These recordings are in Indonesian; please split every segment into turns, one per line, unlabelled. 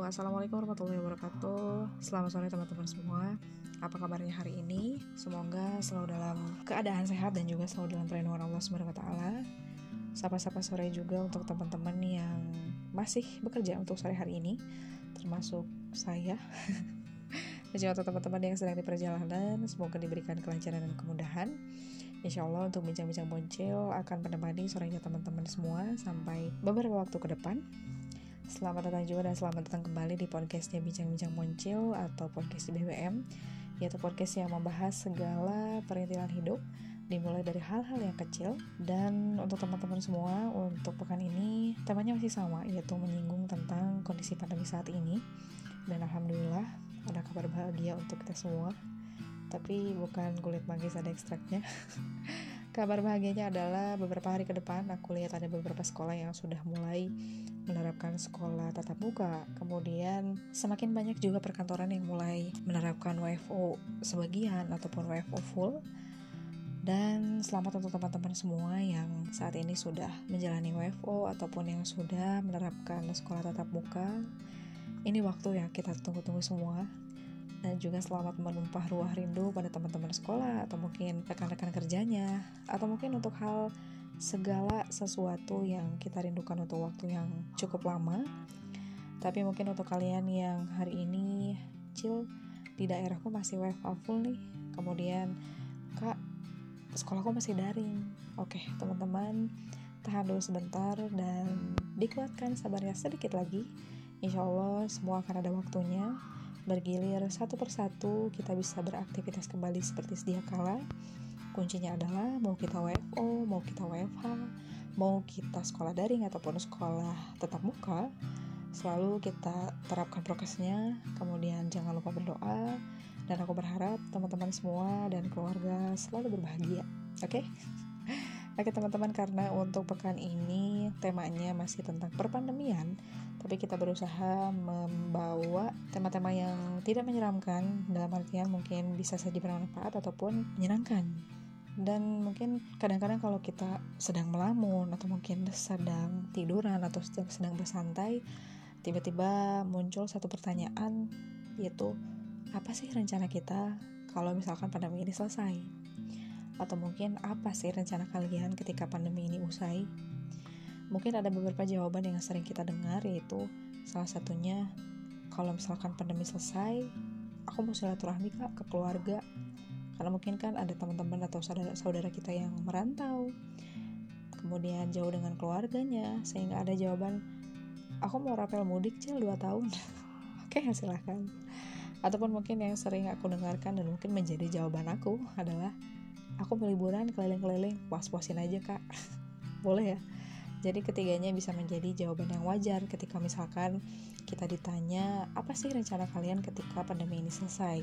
Assalamualaikum warahmatullahi wabarakatuh. Selamat sore teman-teman semua. Apa kabarnya hari ini? Semoga selalu dalam keadaan sehat dan juga selalu dalam perlindungan Allah SWT. Sapa-sapa sore juga untuk teman-teman yang masih bekerja untuk sore hari ini, termasuk saya. Dan juga untuk teman-teman yang sedang di perjalanan, semoga diberikan kelancaran dan kemudahan. Insya Allah untuk bincang-bincang boncil akan menemani sorenya teman-teman semua sampai beberapa waktu ke depan. Selamat datang juga dan selamat datang kembali di podcastnya Bincang-Bincang Boncil atau podcast di BBM, yaitu podcast yang membahas segala perintilan hidup dimulai dari hal-hal yang kecil. Dan untuk teman-teman semua, untuk pekan ini temanya masih sama, yaitu menyinggung tentang kondisi pandemi saat ini. Dan alhamdulillah ada kabar bahagia untuk kita semua, tapi bukan kulit manggis ada ekstraknya. Kabar bahagianya adalah beberapa hari ke depan aku lihat ada beberapa sekolah yang sudah mulai menerapkan sekolah tatap muka. Kemudian semakin banyak juga perkantoran yang mulai menerapkan WFO sebagian ataupun WFO full. Dan selamat untuk teman-teman semua yang saat ini sudah menjalani WFO ataupun yang sudah menerapkan sekolah tatap muka. Ini waktu yang kita tunggu-tunggu semua. Dan juga selamat menumpah ruah rindu pada teman-teman sekolah atau mungkin rekan-rekan kerjanya, atau mungkin untuk hal segala sesuatu yang kita rindukan untuk waktu yang cukup lama. Tapi mungkin untuk kalian yang hari ini chill, di daerahku masih WFA full nih, kemudian kak sekolahku masih daring. Oke teman-teman, tahan dulu sebentar dan dikuatkan sabarnya sedikit lagi. Insya Allah semua akan ada waktunya. Bergilir satu persatu kita bisa beraktivitas kembali seperti sedia kala. Kuncinya adalah mau kita WFO, mau kita WFH, mau kita sekolah daring ataupun sekolah tatap muka, selalu kita terapkan prokesnya. Kemudian jangan lupa berdoa, dan aku berharap teman-teman semua dan keluarga selalu berbahagia. Oke? Oke teman-teman, karena untuk pekan ini temanya masih tentang perpandemian, tapi kita berusaha membawa tema-tema yang tidak menyeramkan, dalam artian mungkin bisa saja bermanfaat ataupun menyenangkan. Dan mungkin kadang-kadang kalau kita sedang melamun atau mungkin sedang tiduran atau sedang bersantai, tiba-tiba muncul satu pertanyaan, yaitu apa sih rencana kita kalau misalkan pandemi ini selesai? Atau mungkin apa sih rencana kalian ketika pandemi ini usai? Mungkin ada beberapa jawaban yang sering kita dengar, yaitu salah satunya, kalau misalkan pandemi selesai, aku mau silaturahmi kak ke keluarga. Karena mungkin kan ada teman-teman atau saudara kita yang merantau, kemudian jauh dengan keluarganya, sehingga ada jawaban, aku mau rapel mudik 2 tahun. Oke, silahkan. Ataupun mungkin yang sering aku dengarkan dan mungkin menjadi jawaban aku adalah, aku mau liburan keliling-keliling, puas-puasin aja kak. Boleh ya? Jadi ketiganya bisa menjadi jawaban yang wajar ketika misalkan kita ditanya, apa sih rencana kalian ketika pandemi ini selesai?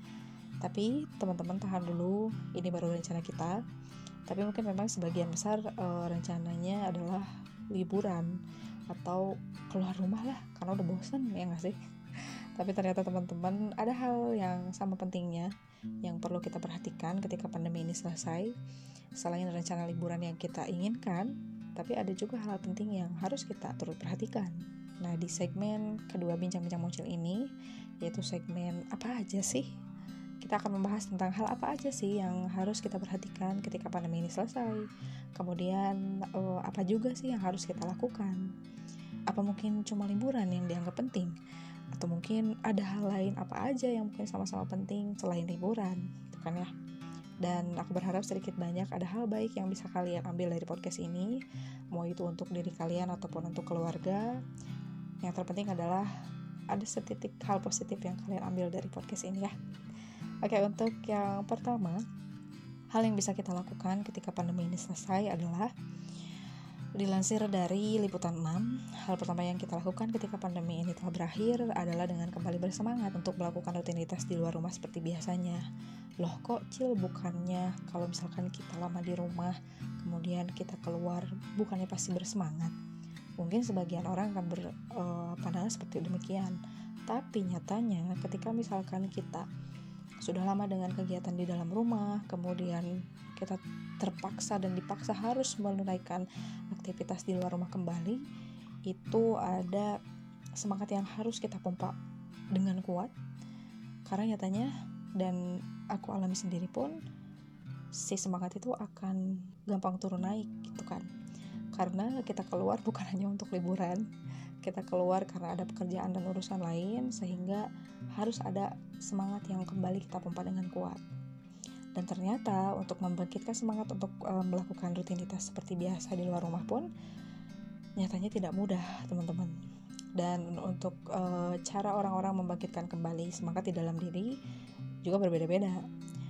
Tapi teman-teman tahan dulu, ini baru rencana kita. Tapi mungkin memang sebagian besar rencananya adalah liburan atau keluar rumah lah, karena udah bosan, ya gak sih? Tapi ternyata teman-teman ada hal yang sama pentingnya yang perlu kita perhatikan ketika pandemi ini selesai. Selain rencana liburan yang kita inginkan, tapi ada juga hal penting yang harus kita turut perhatikan. Nah, di segmen kedua Bincang-Bincang Boncil ini, yaitu segmen apa aja sih? Kita akan membahas tentang hal apa aja sih yang harus kita perhatikan ketika pandemi ini selesai. Kemudian apa juga sih yang harus kita lakukan? Apa mungkin cuma liburan yang dianggap penting? Atau mungkin ada hal lain apa aja yang mungkin sama-sama penting selain liburan, kan ya? Dan aku berharap sedikit banyak ada hal baik yang bisa kalian ambil dari podcast ini, mau itu untuk diri kalian ataupun untuk keluarga. Yang terpenting adalah ada setitik hal positif yang kalian ambil dari podcast ini ya. Oke, untuk yang pertama, hal yang bisa kita lakukan ketika pandemi ini selesai adalah, dilansir dari Liputan 6, hal pertama yang kita lakukan ketika pandemi ini telah berakhir adalah dengan kembali bersemangat untuk melakukan rutinitas di luar rumah seperti biasanya. Loh kok Cil, bukannya kalau misalkan kita lama di rumah kemudian kita keluar bukannya pasti bersemangat? Mungkin sebagian orang akan berpandangan seperti demikian. Tapi nyatanya ketika misalkan kita sudah lama dengan kegiatan di dalam rumah, kemudian kita terpaksa dan dipaksa harus menunaikan aktivitas di luar rumah kembali, itu ada semangat yang harus kita pompa dengan kuat, karena nyatanya dan aku alami sendiri pun si semangat itu akan gampang turun naik gitu kan. Karena kita keluar bukan hanya untuk liburan, kita keluar karena ada pekerjaan dan urusan lain, sehingga harus ada semangat yang kembali kita pompa dengan kuat. Dan ternyata untuk membangkitkan semangat untuk melakukan rutinitas seperti biasa di luar rumah pun nyatanya tidak mudah, teman-teman. Dan untuk cara orang-orang membangkitkan kembali semangat di dalam diri juga berbeda-beda.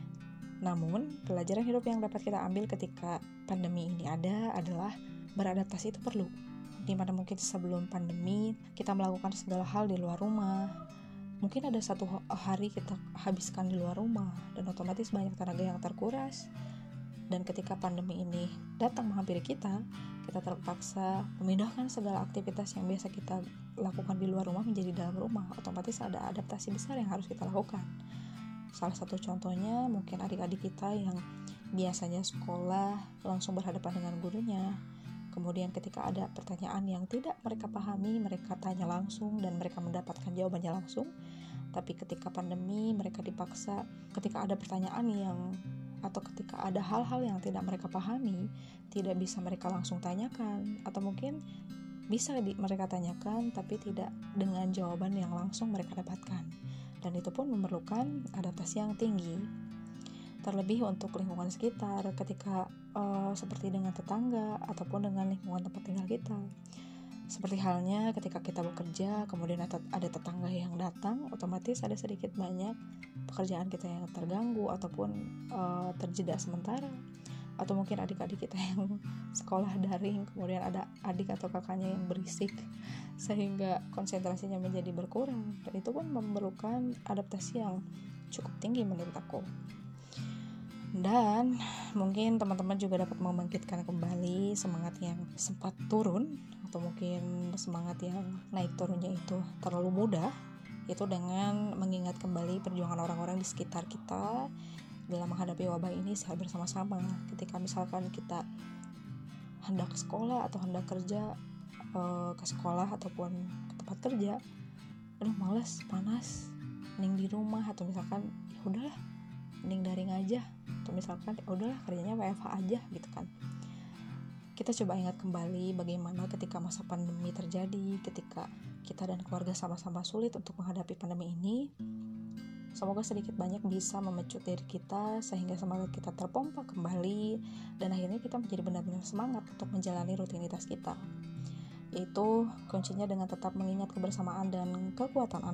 Namun, pelajaran hidup yang dapat kita ambil ketika pandemi ini ada adalah beradaptasi itu perlu. Dimana mungkin sebelum pandemi kita melakukan segala hal di luar rumah, mungkin ada satu hari kita habiskan di luar rumah, dan otomatis banyak tenaga yang terkuras. Dan ketika pandemi ini datang menghampiri kita terpaksa memindahkan segala aktivitas yang biasa kita lakukan di luar rumah menjadi dalam rumah. Otomatis ada adaptasi besar yang harus kita lakukan. Salah satu contohnya mungkin adik-adik kita yang biasanya sekolah langsung berhadapan dengan gurunya. Kemudian ketika ada pertanyaan yang tidak mereka pahami, mereka tanya langsung dan mereka mendapatkan jawabannya langsung. Tapi ketika pandemi, mereka dipaksa ketika ada pertanyaan atau ketika ada hal-hal yang tidak mereka pahami, tidak bisa mereka langsung tanyakan, atau mungkin bisa mereka tanyakan tapi tidak dengan jawaban yang langsung mereka dapatkan. Dan itu pun memerlukan adaptasi yang tinggi. Terlebih untuk lingkungan sekitar, ketika seperti dengan tetangga ataupun dengan lingkungan tempat tinggal kita. Seperti halnya ketika kita bekerja, kemudian ada tetangga yang datang, otomatis ada sedikit banyak pekerjaan kita yang terganggu ataupun terjeda sementara. Atau mungkin adik-adik kita yang sekolah daring, kemudian ada adik atau kakaknya yang berisik sehingga konsentrasinya menjadi berkurang, dan itu pun memerlukan adaptasi yang cukup tinggi menurut aku. Dan mungkin teman-teman juga dapat membangkitkan kembali semangat yang sempat turun, atau mungkin semangat yang naik turunnya itu terlalu mudah, itu dengan mengingat kembali perjuangan orang-orang di sekitar kita dalam menghadapi wabah ini secara bersama-sama. Ketika misalkan kita hendak sekolah atau hendak kerja, ke sekolah ataupun ke tempat kerja, aduh malas, panas, mending di rumah, atau misalkan ya udahlah mending daring aja, atau misalkan ya udahlah kerjanya WFH aja gitu kan. Kita coba ingat kembali bagaimana ketika masa pandemi terjadi, ketika kita dan keluarga sama-sama sulit untuk menghadapi pandemi ini. Semoga sedikit banyak bisa memecut diri kita sehingga semangat kita terpompa kembali, dan akhirnya kita menjadi benar-benar semangat untuk menjalani rutinitas kita. Yaitu kuncinya dengan tetap mengingat kebersamaan dan kekuatan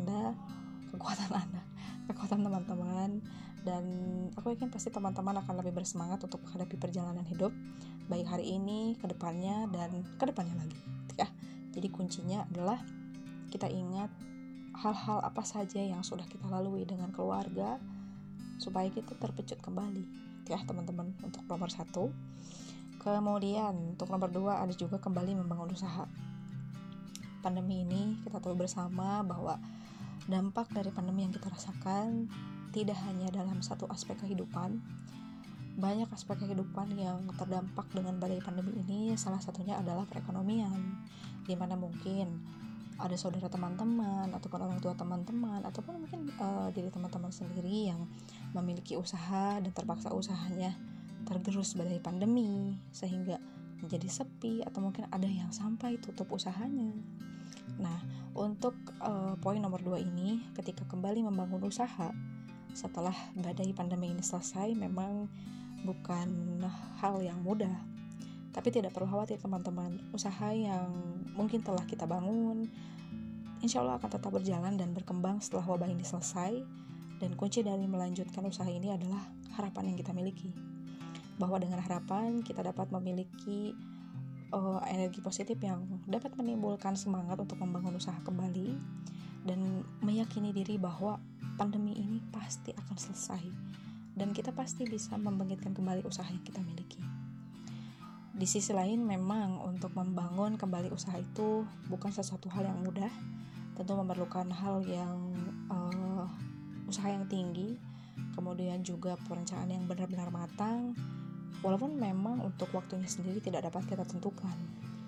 teman-teman. Dan aku yakin pasti teman-teman akan lebih bersemangat untuk menghadapi perjalanan hidup, baik hari ini, kedepannya, dan kedepannya lagi ya. Jadi kuncinya adalah kita ingat hal-hal apa saja yang sudah kita lalui dengan keluarga supaya kita terpecut kembali ya teman-teman, untuk nomor 1. Kemudian untuk nomor 2 ada juga kembali membangun usaha. Pandemi ini kita tahu bersama bahwa dampak dari pandemi yang kita rasakan tidak hanya dalam satu aspek kehidupan, banyak aspek kehidupan yang terdampak dengan badai pandemi ini. Salah satunya adalah perekonomian, di mana mungkin ada saudara teman-teman ataupun orang tua teman-teman ataupun mungkin diri teman-teman sendiri yang memiliki usaha dan terpaksa usahanya tergerus badai pandemi sehingga menjadi sepi, atau mungkin ada yang sampai tutup usahanya. Nah, untuk poin nomor 2 ini, ketika kembali membangun usaha setelah badai pandemi ini selesai, memang bukan hal yang mudah. Tapi tidak perlu khawatir teman-teman, usaha yang mungkin telah kita bangun insya Allah akan tetap berjalan dan berkembang setelah wabah ini selesai. Dan kunci dari melanjutkan usaha ini adalah harapan yang kita miliki, bahwa dengan harapan kita dapat memiliki energi positif yang dapat menimbulkan semangat untuk membangun usaha kembali, dan meyakini diri bahwa pandemi ini pasti akan selesai dan kita pasti bisa membangkitkan kembali usaha yang kita miliki. Di sisi lain, memang untuk membangun kembali usaha itu bukan sesuatu hal yang mudah, tentu memerlukan hal yang usaha yang tinggi, kemudian juga perencanaan yang benar-benar matang, walaupun memang untuk waktunya sendiri tidak dapat kita tentukan.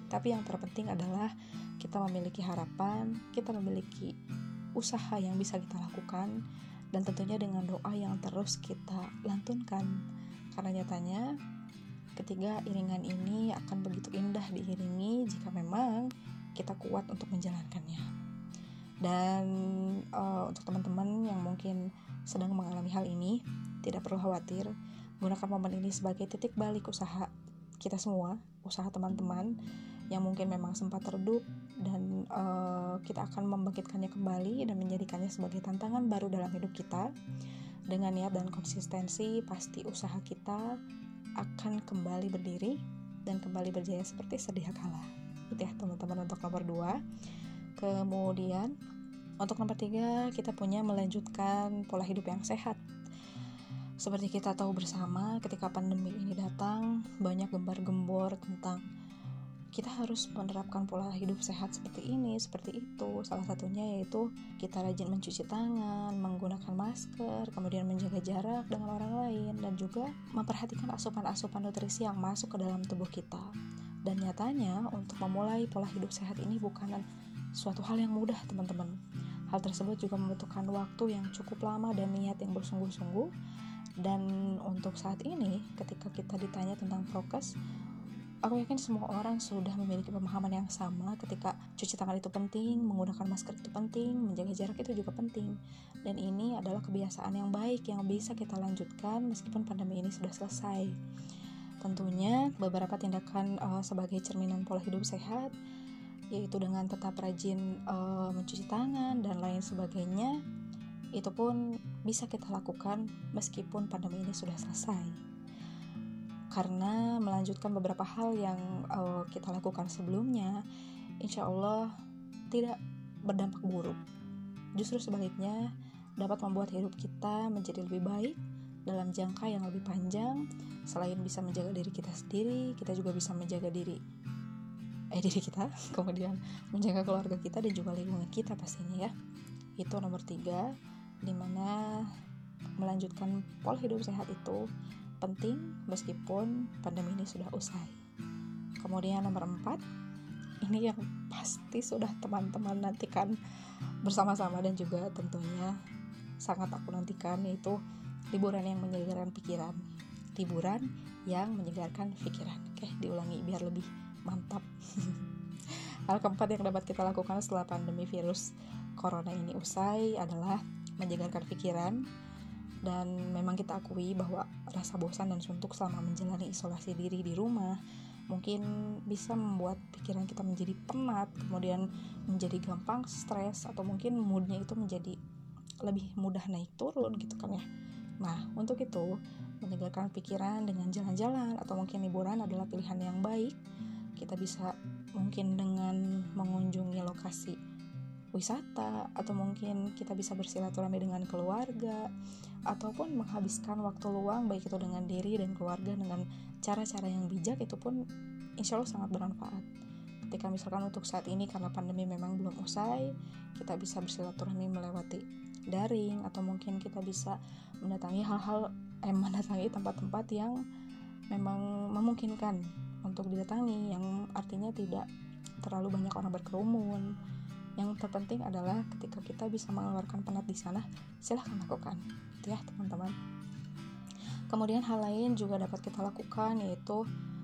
Tapi yang terpenting adalah kita memiliki harapan, kita memiliki usaha yang bisa kita lakukan, dan tentunya dengan doa yang terus kita lantunkan. Karena nyatanya ketiga iringan ini akan begitu indah diiringi jika memang kita kuat untuk menjalankannya. Dan untuk teman-teman yang mungkin sedang mengalami hal ini, tidak perlu khawatir. Gunakan momen ini sebagai titik balik usaha kita semua, usaha teman-teman yang mungkin memang sempat redup, dan kita akan membangkitkannya kembali dan menjadikannya sebagai tantangan baru dalam hidup kita. Dengan niat dan konsistensi, pasti usaha kita akan kembali berdiri dan kembali berjaya seperti sedia kala. Itu ya teman-teman untuk nomor 2. Kemudian untuk nomor 3, kita punya melanjutkan pola hidup yang sehat. Seperti kita tahu bersama, ketika pandemi ini datang, banyak gembar-gembor tentang kita harus menerapkan pola hidup sehat seperti ini, seperti itu. Salah satunya yaitu kita rajin mencuci tangan, menggunakan masker, kemudian menjaga jarak dengan orang lain, dan juga memperhatikan asupan-asupan nutrisi yang masuk ke dalam tubuh kita. Dan nyatanya, untuk memulai pola hidup sehat ini bukan suatu hal yang mudah, teman-teman. Hal tersebut juga membutuhkan waktu yang cukup lama dan niat yang bersungguh-sungguh. Dan untuk saat ini, ketika kita ditanya tentang prokes, aku yakin semua orang sudah memiliki pemahaman yang sama ketika cuci tangan itu penting, menggunakan masker itu penting, menjaga jarak itu juga penting. Dan ini adalah kebiasaan yang baik yang bisa kita lanjutkan meskipun pandemi ini sudah selesai. Tentunya beberapa tindakan sebagai cerminan pola hidup sehat, yaitu dengan tetap rajin mencuci tangan dan lain sebagainya, itu pun bisa kita lakukan meskipun pandemi ini sudah selesai. Karena melanjutkan beberapa hal yang kita lakukan sebelumnya, insya Allah tidak berdampak buruk. Justru sebaliknya, dapat membuat hidup kita menjadi lebih baik dalam jangka yang lebih panjang. Selain bisa menjaga diri kita sendiri, kita juga bisa menjaga diri kita, kemudian menjaga keluarga kita dan juga lingkungan kita pastinya ya. Itu nomor 3, dimana melanjutkan pola hidup sehat itu penting meskipun pandemi ini sudah usai. Kemudian nomor 4, ini yang pasti sudah teman-teman nantikan bersama-sama dan juga tentunya sangat aku nantikan, yaitu liburan yang menyegarkan pikiran. Liburan yang menyegarkan pikiran. Oke, diulangi biar lebih mantap. Hal keempat yang dapat kita lakukan setelah pandemi virus corona ini usai adalah menyegarkan pikiran. Dan memang kita akui bahwa rasa bosan dan suntuk selama menjalani isolasi diri di rumah mungkin bisa membuat pikiran kita menjadi penat, kemudian menjadi gampang stres, atau mungkin moodnya itu menjadi lebih mudah naik turun gitu kan ya. Nah, untuk itu menyegarkan pikiran dengan jalan-jalan atau mungkin liburan adalah pilihan yang baik. Kita bisa mungkin dengan mengunjungi lokasi wisata, atau mungkin kita bisa bersilaturahmi dengan keluarga, ataupun menghabiskan waktu luang baik itu dengan diri dan keluarga dengan cara-cara yang bijak. Itu pun insya Allah sangat bermanfaat. Ketika misalkan untuk saat ini karena pandemi memang belum usai, kita bisa bersilaturahmi melewati daring, atau mungkin kita bisa mendatangi tempat-tempat yang memang memungkinkan untuk didatangi, yang artinya tidak terlalu banyak orang berkerumun. Yang terpenting adalah ketika kita bisa mengeluarkan penat di sana, silahkan lakukan, gitu ya teman-teman. Kemudian hal lain juga dapat kita lakukan, yaitu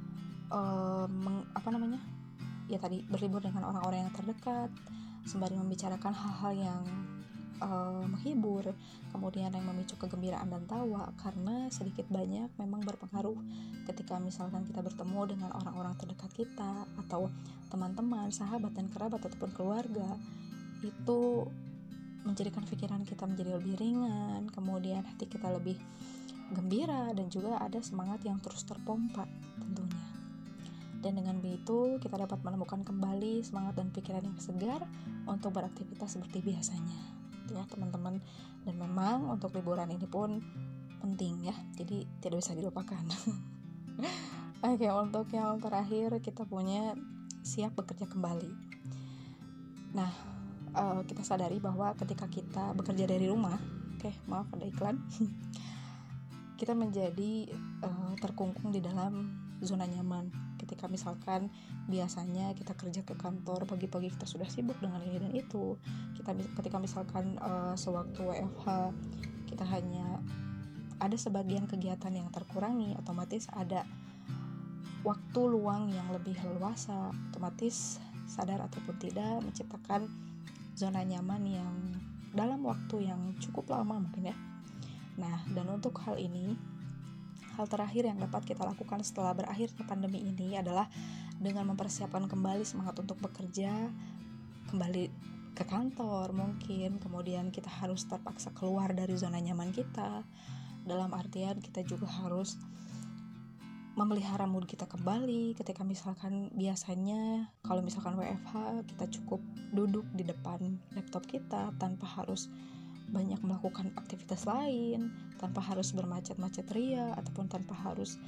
ya tadi berlibur dengan orang-orang yang terdekat, sembari membicarakan hal-hal yang menghibur, kemudian yang memicu kegembiraan dan tawa, karena sedikit banyak memang berpengaruh ketika misalkan kita bertemu dengan orang-orang terdekat kita, atau teman-teman, sahabat dan kerabat ataupun keluarga. Itu menjadikan pikiran kita menjadi lebih ringan, kemudian hati kita lebih gembira, dan juga ada semangat yang terus terpompa tentunya. Dan dengan begitu kita dapat menemukan kembali semangat dan pikiran yang segar untuk beraktivitas seperti biasanya, ya teman-teman. Dan memang untuk liburan ini pun penting ya, jadi tidak bisa dilupakan. Oke, untuk yang terakhir kita punya siap bekerja kembali. Nah, kita sadari bahwa ketika kita bekerja dari rumah, maaf ada iklan, kita menjadi terkungkung di dalam zona nyaman. ketika misalkan biasanya kita kerja ke kantor pagi-pagi kita sudah sibuk dengan ini dan itu, ketika misalkan sewaktu WFH kita hanya ada sebagian kegiatan yang terkurangi, otomatis ada waktu luang yang lebih leluasa, otomatis sadar ataupun tidak menciptakan zona nyaman yang dalam waktu yang cukup lama mungkin ya. Nah, dan untuk hal ini, hal terakhir yang dapat kita lakukan setelah berakhirnya pandemi ini adalah dengan mempersiapkan kembali semangat untuk bekerja, kembali ke kantor mungkin, kemudian kita harus terpaksa keluar dari zona nyaman kita, dalam artian kita juga harus memelihara mood kita kembali. Ketika misalkan biasanya kalau misalkan WFH kita cukup duduk di depan laptop kita tanpa harus banyak melakukan aktivitas lain, tanpa harus bermacet-macet ria ataupun tanpa harus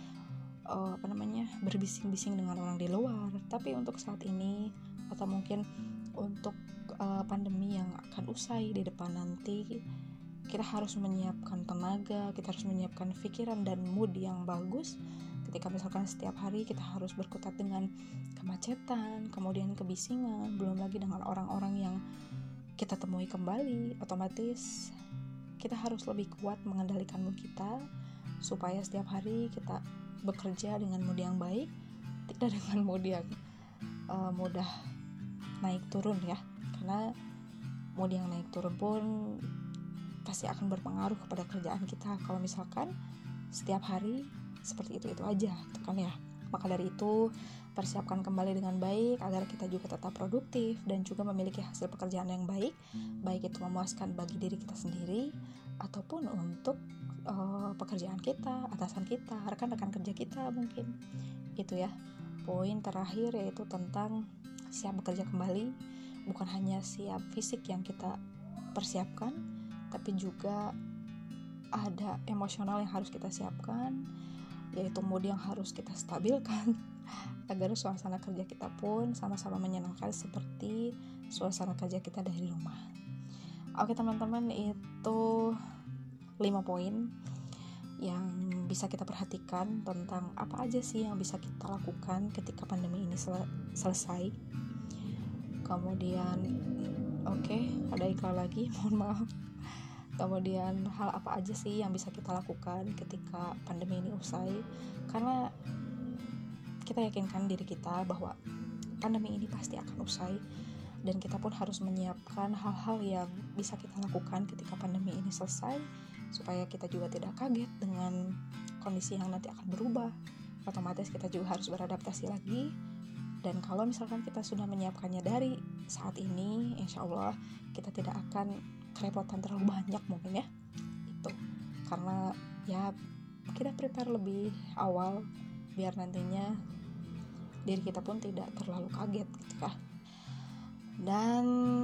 berbising-bising dengan orang di luar. Tapi untuk saat ini atau mungkin untuk pandemi yang akan usai di depan nanti, kita harus menyiapkan tenaga, kita harus menyiapkan pikiran dan mood yang bagus. Ketika misalkan setiap hari kita harus berkutat dengan kemacetan, kemudian kebisingan, belum lagi dengan orang-orang yang kita temui kembali, otomatis kita harus lebih kuat mengendalikan mood kita supaya setiap hari kita bekerja dengan mood yang baik, tidak dengan mood yang mudah naik turun ya. Karena mood yang naik turun pun pasti akan berpengaruh kepada kerjaan kita kalau misalkan setiap hari seperti itu aja gitu kan ya. Maka dari itu persiapkan kembali dengan baik agar kita juga tetap produktif dan juga memiliki hasil pekerjaan yang baik, baik itu memuaskan bagi diri kita sendiri ataupun untuk pekerjaan kita, atasan kita, rekan-rekan kerja kita mungkin. Itu ya. Poin terakhir yaitu tentang siap bekerja kembali, bukan hanya siap fisik yang kita persiapkan, tapi juga ada emosional yang harus kita siapkan, yaitu mood yang harus kita stabilkan agar suasana kerja kita pun sama-sama menyenangkan seperti suasana kerja kita dari rumah. Oke teman-teman, itu 5 poin yang bisa kita perhatikan tentang apa aja sih yang bisa kita lakukan ketika pandemi ini selesai. Kemudian ada iklan lagi, mohon maaf. Kemudian hal apa aja sih yang bisa kita lakukan ketika pandemi ini usai, karena kita yakinkan diri kita bahwa pandemi ini pasti akan usai dan kita pun harus menyiapkan hal-hal yang bisa kita lakukan ketika pandemi ini selesai supaya kita juga tidak kaget dengan kondisi yang nanti akan berubah. Otomatis kita juga harus beradaptasi lagi, dan kalau misalkan kita sudah menyiapkannya dari saat ini, insya Allah kita tidak akan kerepotan terlalu banyak mungkin ya. Itu karena ya kita prepare lebih awal biar nantinya diri kita pun tidak terlalu kaget gitu ya. Dan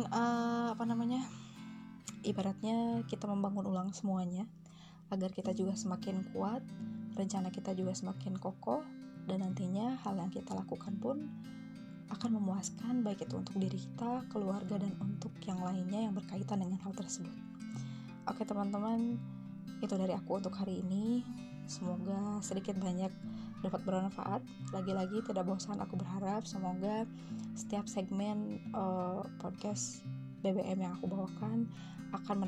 ibaratnya kita membangun ulang semuanya agar kita juga semakin kuat, rencana kita juga semakin kokoh, dan nantinya hal yang kita lakukan pun akan memuaskan, baik itu untuk diri kita, keluarga, dan untuk yang lainnya yang berkaitan dengan hal tersebut. Oke teman-teman, itu dari aku untuk hari ini. Semoga sedikit banyak dapat bermanfaat. Lagi-lagi tidak bosan, aku berharap semoga setiap segmen podcast BBM yang aku bawakan akan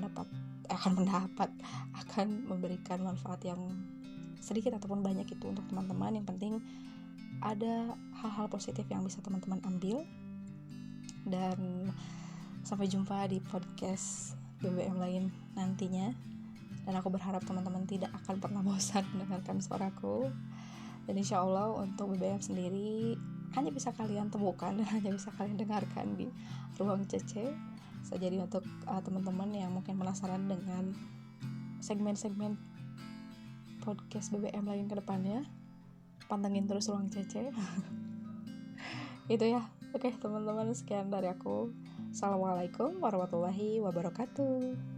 memberikan manfaat yang sedikit ataupun banyak itu untuk teman-teman. Yang penting ada hal-hal positif yang bisa teman-teman ambil. Dan sampai jumpa di podcast BBM lain nantinya. Dan aku berharap teman-teman tidak akan pernah bosan mendengarkan suaraku. Dan insya Allah untuk BBM sendiri hanya bisa kalian temukan dan hanya bisa kalian dengarkan di Ruang CC. Jadi untuk teman-teman yang mungkin penasaran dengan segmen-segmen podcast BBM lain ke depannya, pantengin terus Ruang CC. Itu ya. Oke teman-teman, sekian dari aku. Assalamualaikum warahmatullahi wabarakatuh.